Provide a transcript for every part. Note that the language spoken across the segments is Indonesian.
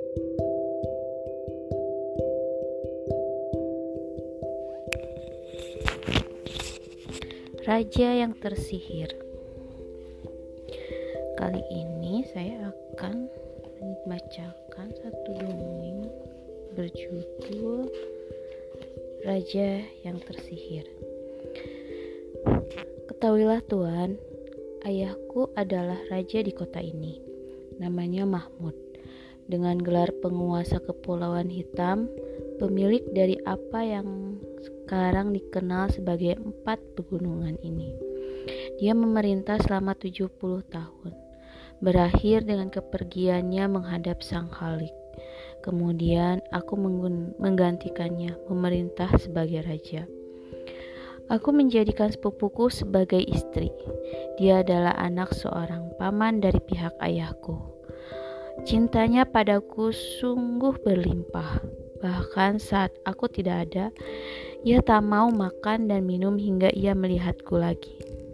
Raja yang Tersihir. Kali ini saya akan membacakan satu dongeng berjudul Raja yang Tersihir. Ketahuilah Tuan, ayahku adalah raja di kota ini. Namanya Mahmud. Dengan gelar penguasa Kepulauan Hitam, pemilik dari apa yang sekarang dikenal sebagai 4 pegunungan ini. Dia memerintah selama 70 tahun, berakhir dengan kepergiannya menghadap Sang Khalik. Kemudian aku menggantikannya memerintah sebagai raja. Aku menjadikan sepupuku sebagai istri. Dia adalah anak seorang paman dari pihak ayahku. Cintanya padaku sungguh berlimpah. Bahkan saat aku tidak ada, ia tak mau makan dan minum hingga ia melihatku lagi.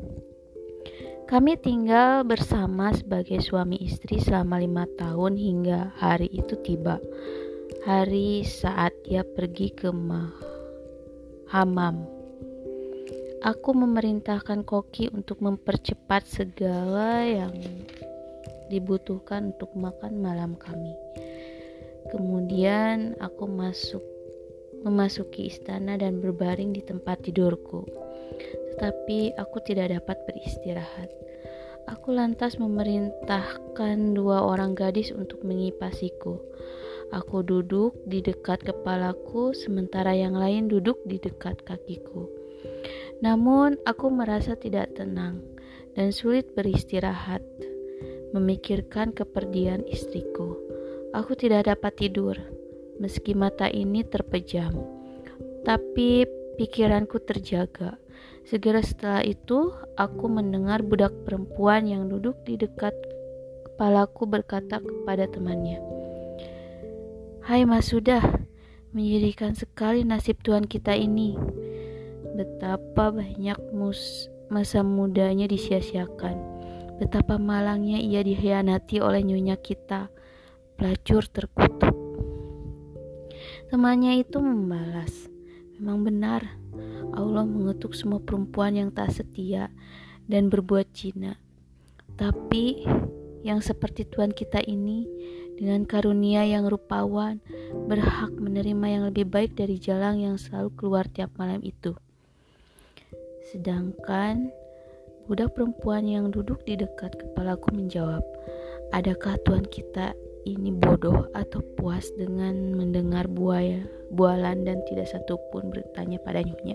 Kami tinggal bersama sebagai suami istri selama 5 tahun hingga hari itu tiba. Hari saat ia pergi ke Hammam. Aku memerintahkan koki untuk mempercepat segala yang dibutuhkan untuk makan malam kami. Kemudian aku memasuki istana dan berbaring di tempat tidurku. Tetapi aku tidak dapat beristirahat. Aku lantas memerintahkan 2 orang gadis untuk mengipasiku. Aku duduk di dekat kepalaku, sementara yang lain duduk di dekat kakiku. Namun aku merasa tidak tenang dan sulit beristirahat, memikirkan kepergian istriku. Aku tidak dapat tidur, meski mata ini terpejam. Tapi pikiranku terjaga. Segera setelah itu, aku mendengar budak perempuan yang duduk di dekat kepalaku berkata kepada temannya, "Hai Masudah, menyedihkan sekali nasib Tuan kita ini. Betapa banyak masa mudanya disia-siakan. Betapa malangnya ia dikhianati oleh nyonya kita, pelacur terkutuk." Temannya itu membalas, "Memang benar, Allah mengutuk semua perempuan yang tak setia dan berbuat zina. Tapi yang seperti Tuan kita ini, dengan karunia yang rupawan, berhak menerima yang lebih baik dari jalang yang selalu keluar tiap malam itu." Sedangkan budak perempuan yang duduk di dekat kepalaku menjawab, "Adakah Tuan kita ini bodoh atau puas dengan mendengar bualan dan tidak satupun bertanya pada nyonya?"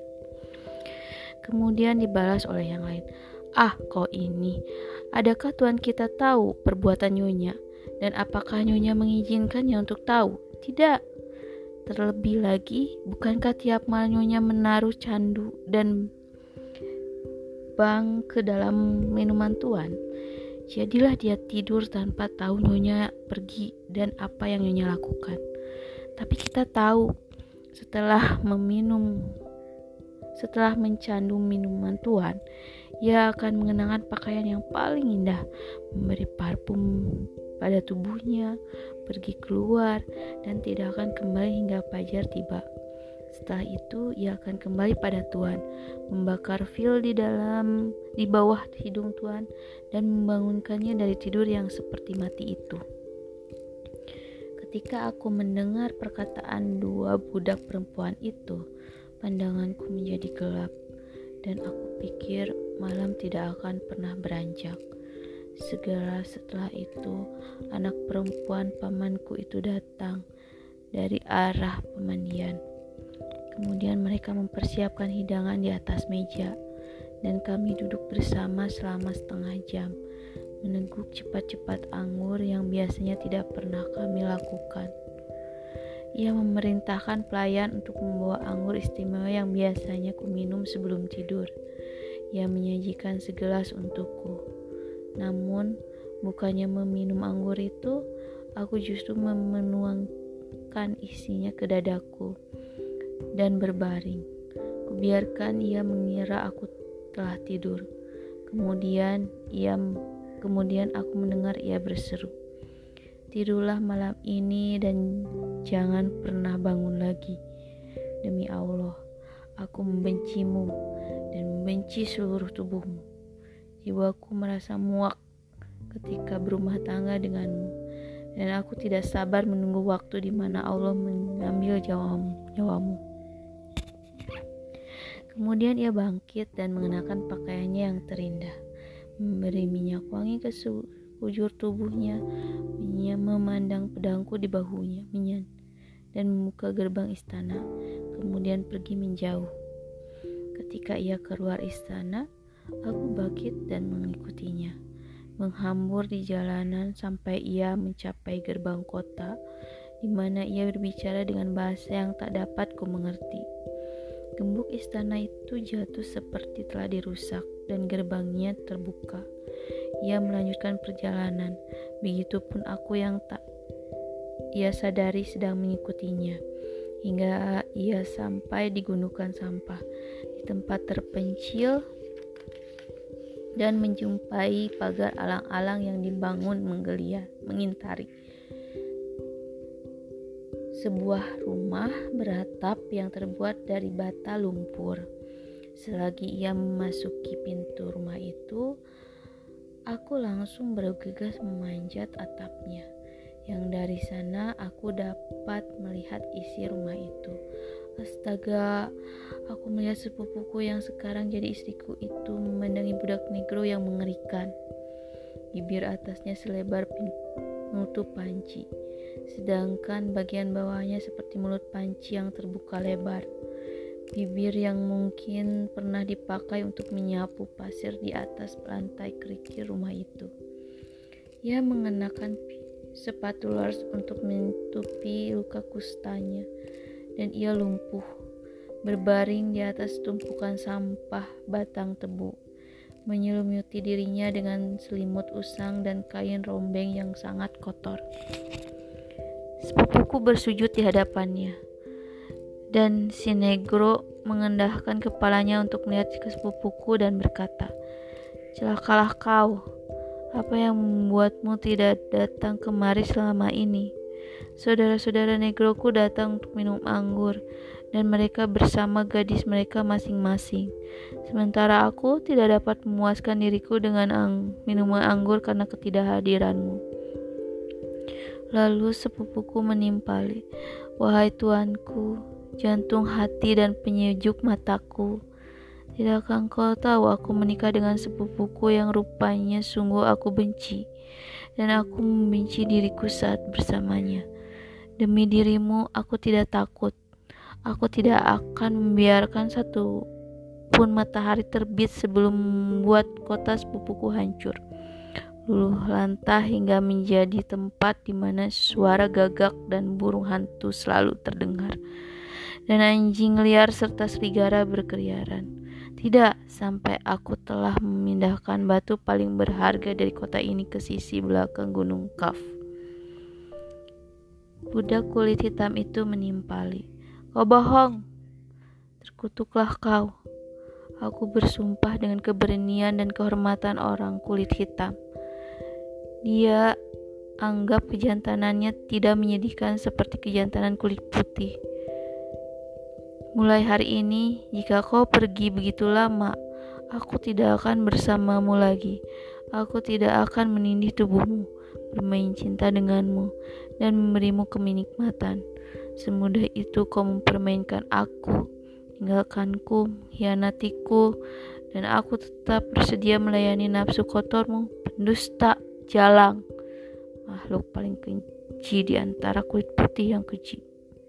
Kemudian dibalas oleh yang lain, "Ah, kau ini, adakah Tuan kita tahu perbuatan nyonya? Dan apakah nyonya mengizinkannya untuk tahu? Tidak. Terlebih lagi, bukankah tiap malam nyonya menaruh candu dan bang ke dalam minuman Tuan? Jadilah dia tidur tanpa tahu nyonya pergi dan apa yang nyonya lakukan. Tapi kita tahu, setelah mencandu minuman Tuan, ia akan mengenakan pakaian yang paling indah, memberi parfum pada tubuhnya, pergi keluar, dan tidak akan kembali hingga fajar tiba. Setelah itu, ia akan kembali pada Tuan, membakar fil di bawah hidung Tuan, dan membangunkannya dari tidur yang seperti mati itu." Ketika aku mendengar perkataan 2 budak perempuan itu, pandanganku menjadi gelap, dan aku pikir malam tidak akan pernah beranjak. Segera setelah itu, anak perempuan pamanku itu datang dari arah pemandian. Kemudian mereka mempersiapkan hidangan di atas meja, dan kami duduk bersama selama setengah jam, meneguk cepat-cepat anggur yang biasanya tidak pernah kami lakukan. Ia memerintahkan pelayan untuk membawa anggur istimewa yang biasanya ku minum sebelum tidur. Ia menyajikan segelas untukku. Namun, bukannya meminum anggur itu, aku justru menuangkan isinya ke dadaku dan berbaring. Kubiarkan ia mengira aku telah tidur. Kemudian aku mendengar ia berseru, Tidurlah malam ini dan jangan pernah bangun lagi. Demi Allah, aku membencimu dan membenci seluruh tubuhmu. Jiwaku merasa muak ketika berumah tangga denganmu, dan aku tidak sabar menunggu waktu di mana Allah mengambil nyawamu. Kemudian ia bangkit dan mengenakan pakaiannya yang terindah, memberi minyak wangi ke sekujur tubuhnya, memandang pedangku di bahunya, dan membuka gerbang istana, kemudian pergi menjauh. Ketika ia keluar istana, aku bangkit dan mengikutinya, menghambur di jalanan sampai ia mencapai gerbang kota, di mana ia berbicara dengan bahasa yang tak dapat ku mengerti. Gembok istana itu jatuh seperti telah dirusak dan gerbangnya terbuka. Ia melanjutkan perjalanan, begitupun aku yang tak ia sadari sedang mengikutinya, hingga ia sampai di gundukan sampah, di tempat terpencil, dan menjumpai pagar alang-alang yang dibangun mengintari. Sebuah rumah beratap yang terbuat dari bata lumpur. Selagi ia memasuki pintu rumah itu, aku langsung bergegas memanjat atapnya, yang dari sana aku dapat melihat isi rumah itu. Astaga, aku melihat sepupuku yang sekarang jadi istriku itu memandangi budak negro yang mengerikan. Bibir atasnya selebar penutup panci, sedangkan bagian bawahnya seperti mulut panci yang terbuka lebar. Bibir yang mungkin pernah dipakai untuk menyapu pasir di atas lantai kerikil rumah itu. Ia mengenakan sepatu Lars untuk menutupi luka kustanya, dan ia lumpuh, berbaring di atas tumpukan sampah batang tebu, menyelimuti dirinya dengan selimut usang dan kain rombeng yang sangat kotor. Sepupuku bersujud di hadapannya, dan si negro mengendahkan kepalanya untuk melihat ke sepupuku dan berkata, "Celakalah kau, apa yang membuatmu tidak datang kemari selama ini? Saudara-saudara negroku datang untuk minum anggur, dan mereka bersama gadis mereka masing-masing. Sementara aku tidak dapat memuaskan diriku dengan minuman anggur karena ketidakhadiranmu." Lalu sepupuku menimpali, "Wahai tuanku, jantung hati dan penyejuk mataku, tidakkah engkau tahu aku menikah dengan sepupuku yang rupanya sungguh aku benci, dan aku membenci diriku saat bersamanya. Demi dirimu aku tidak takut. Aku tidak akan membiarkan satu pun matahari terbit sebelum membuat kota sepupuku hancur, luluh lantah hingga menjadi tempat di mana suara gagak dan burung hantu selalu terdengar, dan anjing liar serta serigala berkeliaran. Tidak sampai aku telah memindahkan batu paling berharga dari kota ini ke sisi belakang gunung Kaf." Budak kulit hitam itu menimpali, "Kau bohong, terkutuklah kau. Aku bersumpah dengan keberanian dan kehormatan orang kulit hitam. Dia anggap kejantanannya tidak menyedihkan seperti kejantanan kulit putih. Mulai hari ini, jika kau pergi begitu lama, aku tidak akan bersamamu lagi. Aku tidak akan menindih tubuhmu, bermain cinta denganmu, dan memberimu kenikmatan. Semudah itu kau mempermainkan aku, tinggalkanku, mengkhianatiku, dan aku tetap bersedia melayani nafsu kotormu, pendusta, jalang, makhluk paling keji di antara kulit putih yang keji."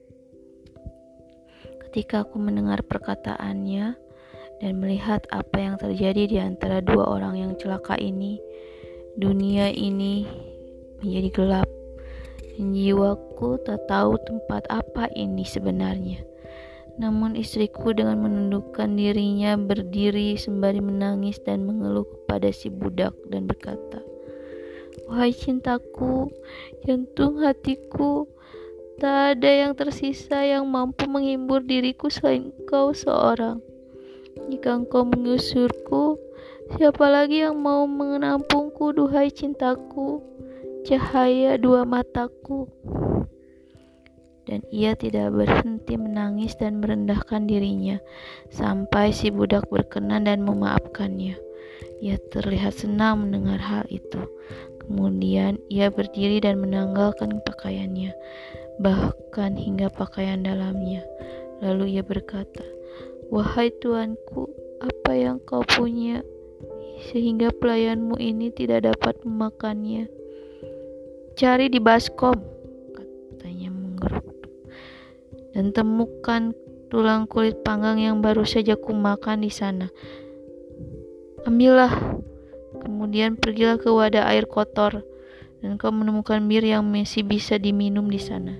Ketika aku mendengar perkataannya dan melihat apa yang terjadi di antara dua orang yang celaka ini, dunia ini menjadi gelap, dan jiwaku tak tahu tempat apa ini sebenarnya. Namun istriku dengan menundukkan dirinya berdiri sembari menangis dan mengeluh kepada si budak dan berkata, "Wahai cintaku, jantung hatiku, tak ada yang tersisa yang mampu menghibur diriku selain engkau seorang. Jika engkau mengusirku, siapa lagi yang mau menampungku, duhai cintaku? cahaya dua mataku. Dan ia tidak berhenti menangis dan merendahkan dirinya sampai si budak berkenan dan memaafkannya. Ia terlihat senang mendengar hal itu. Kemudian ia berdiri dan menanggalkan pakaiannya, bahkan hingga pakaian dalamnya. Lalu ia berkata, "Wahai tuanku, apa yang kau punya sehingga pelayanmu ini tidak dapat memakannya?" "Cari di baskom," katanya menggeruduk, "dan temukan tulang kulit panggang yang baru saja kumakan di sana. Ambillah, kemudian pergilah ke wadah air kotor, dan kau menemukan bir yang masih bisa diminum di sana."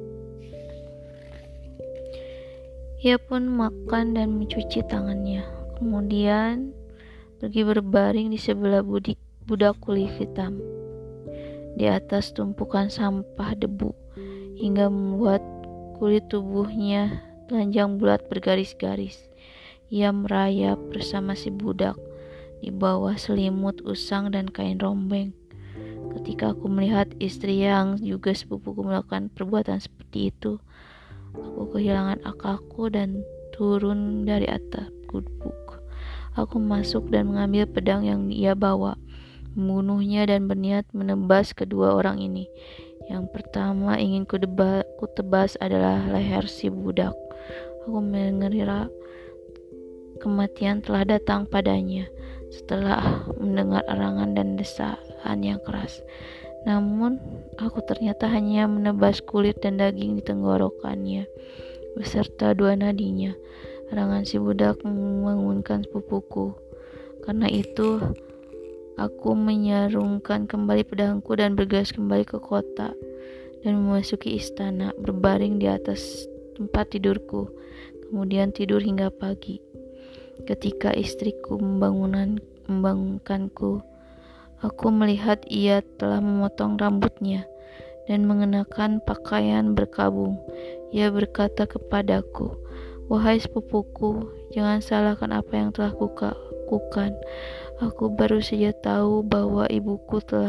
Ia pun makan dan mencuci tangannya, kemudian pergi berbaring di sebelah budak kulit hitam, di atas tumpukan sampah debu, hingga membuat kulit tubuhnya telanjang bulat bergaris-garis. Ia merayap bersama si budak di bawah selimut usang dan kain rombeng. Ketika aku melihat istri yang juga sepupuku melakukan perbuatan seperti itu, aku kehilangan akalku dan turun dari atap gubuk. Aku masuk dan mengambil pedang yang ia bawa, membunuhnya dan berniat menebas kedua orang ini. Yang pertama ingin ku tebas adalah leher si budak. Aku mengira kematian telah datang padanya setelah mendengar arangan dan desaan yang keras. Namun, aku ternyata hanya menebas kulit dan daging di tenggorokannya, beserta dua nadinya. Arangan si budak membangunkan sepupuku. Karena itu, aku menyarungkan kembali pedangku dan bergegas kembali ke kota dan memasuki istana, berbaring di atas tempat tidurku, kemudian tidur hingga pagi. Ketika istriku membangunkanku, aku melihat ia telah memotong rambutnya dan mengenakan pakaian berkabung. Ia berkata kepadaku, "Wahai sepupuku, jangan salahkan apa yang telah kukakukan. Aku baru saja tahu bahwa ibuku telah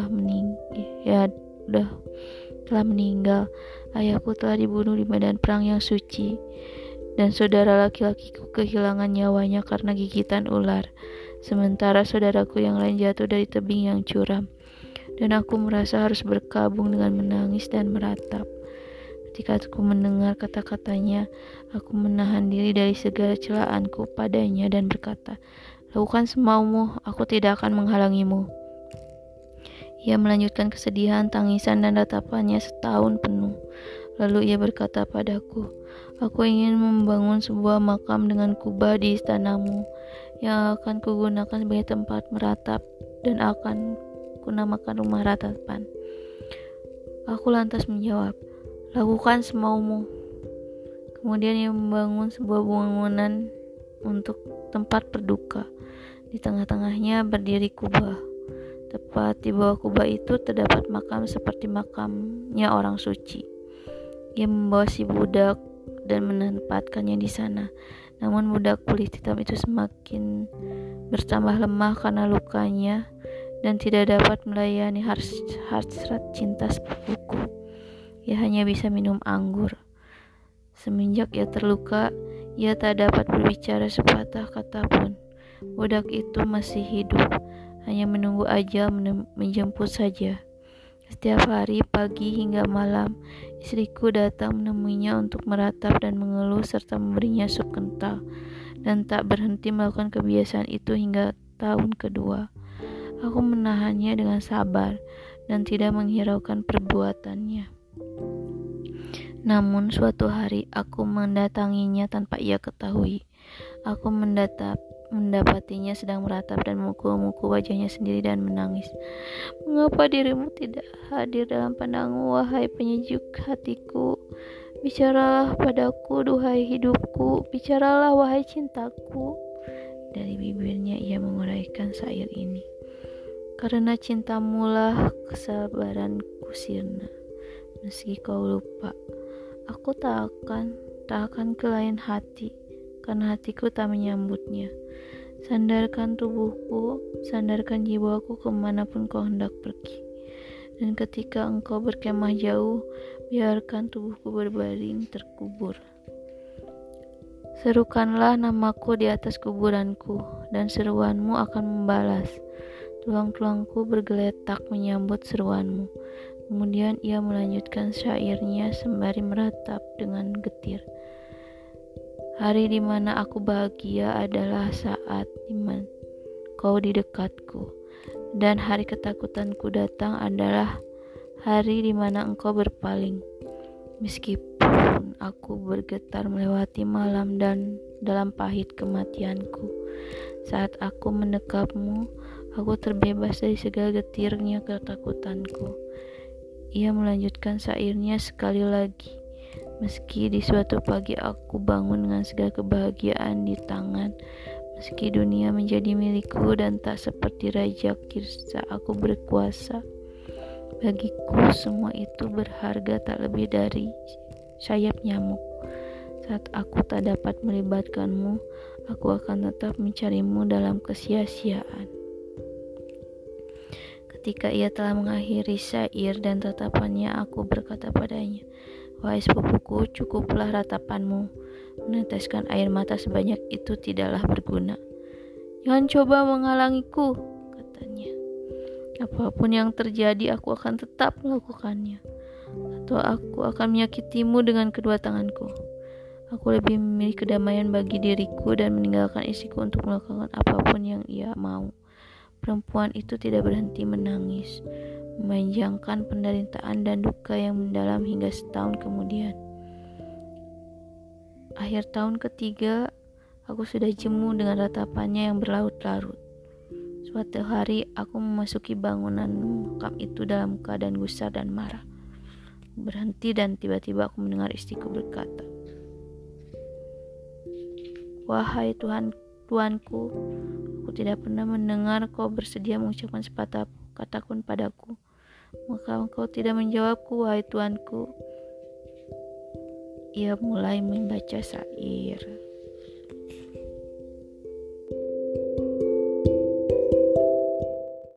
meninggal. Ayahku telah dibunuh di medan perang yang suci, dan saudara laki-lakiku kehilangan nyawanya karena gigitan ular. Sementara saudaraku yang lain jatuh dari tebing yang curam, dan aku merasa harus berkabung dengan menangis dan meratap." Ketika aku mendengar kata-katanya, aku menahan diri dari segala celaanku padanya dan berkata, "Lakukan semaumu, aku tidak akan menghalangimu." Ia melanjutkan kesedihan, tangisan, dan ratapannya setahun penuh. Lalu ia berkata padaku, "Aku ingin membangun sebuah makam dengan kubah di istanamu, yang akan kugunakan sebagai tempat meratap dan akan kunamakan rumah ratapan." Aku lantas menjawab, "Lakukan semaumu." Kemudian ia membangun sebuah bangunan untuk tempat berduka. Di tengah-tengahnya berdiri kubah. Tepat di bawah kubah itu terdapat makam seperti makamnya orang suci. Ia membawa si budak dan menempatkannya di sana. Namun budak kulit hitam itu semakin bertambah lemah karena lukanya dan tidak dapat melayani hasrat cinta sepupuku. Ia hanya bisa minum anggur. Semenjak ia terluka, ia tak dapat berbicara sepatah kata pun. Budak itu masih hidup, hanya menunggu ajal menjemput saja. Setiap hari, pagi hingga malam, istriku datang menemuinya untuk meratap dan mengeluh serta memberinya sup kental, dan tak berhenti melakukan kebiasaan itu hingga tahun kedua. Aku menahannya dengan sabar dan tidak menghiraukan perbuatannya. Namun suatu hari aku mendatanginya tanpa ia ketahui. Aku mendapatinya sedang meratap dan memukul-mukul wajahnya sendiri dan menangis. "Mengapa dirimu tidak hadir dalam pandangmu, wahai penyejuk hatiku? Bicaralah padaku, duhai hidupku. Bicaralah, wahai cintaku." Dari bibirnya ia menguraikan syair ini. "Karena cintamulah kesabaranku sirna. Meski kau lupa, aku tak akan ke lain hati, karena hatiku tak menyambutnya. Sandarkan tubuhku, sandarkan jiwaku kemanapun kau hendak pergi. Dan ketika engkau berkemah jauh, biarkan tubuhku berbaring terkubur. Serukanlah namaku di atas kuburanku, dan seruanmu akan membalas. Tulang-tulangku bergeletak menyambut seruanmu. Kemudian ia melanjutkan syairnya sembari meratap dengan getir. Hari di mana aku bahagia adalah saat di mana kau di dekatku, dan hari ketakutanku datang adalah hari di mana engkau berpaling. Meskipun aku bergetar melewati malam dan dalam pahit kematianku, saat aku mendekapmu, aku terbebas dari segala getirnya ketakutanku. Ia melanjutkan syairnya sekali lagi. Meski di suatu pagi aku bangun dengan segala kebahagiaan di tangan, meski dunia menjadi milikku dan tak seperti raja Kirsa aku berkuasa, bagiku semua itu berharga tak lebih dari sayap nyamuk. Saat aku tak dapat melibatkanmu, aku akan tetap mencarimu dalam kesia-siaan. Ketika ia telah mengakhiri syair dan tatapannya, aku berkata padanya, "Wahai sepupuku, cukuplah ratapanmu. Meneteskan air mata sebanyak itu tidaklah berguna. Jangan coba menghalangiku," katanya. "Apapun yang terjadi, aku akan tetap melakukannya. Atau aku akan menyakitimu dengan kedua tanganku. Aku lebih memilih kedamaian bagi diriku dan meninggalkan istriku untuk melakukan apapun yang ia mau." Perempuan itu tidak berhenti menangis, memanjangkan penderitaan dan duka yang mendalam hingga setahun kemudian. Akhir tahun ketiga, aku sudah jemu dengan ratapannya yang berlarut-larut. Suatu hari, aku memasuki bangunan makam itu dalam keadaan gusar dan marah. Berhenti dan tiba-tiba aku mendengar istriku berkata, "Wahai Tuanku, aku tidak pernah mendengar kau bersedia mengucapkan sepatah kata pun padaku. Maka engkau tidak menjawabku, wahai Tuanku." Ia mulai membaca syair.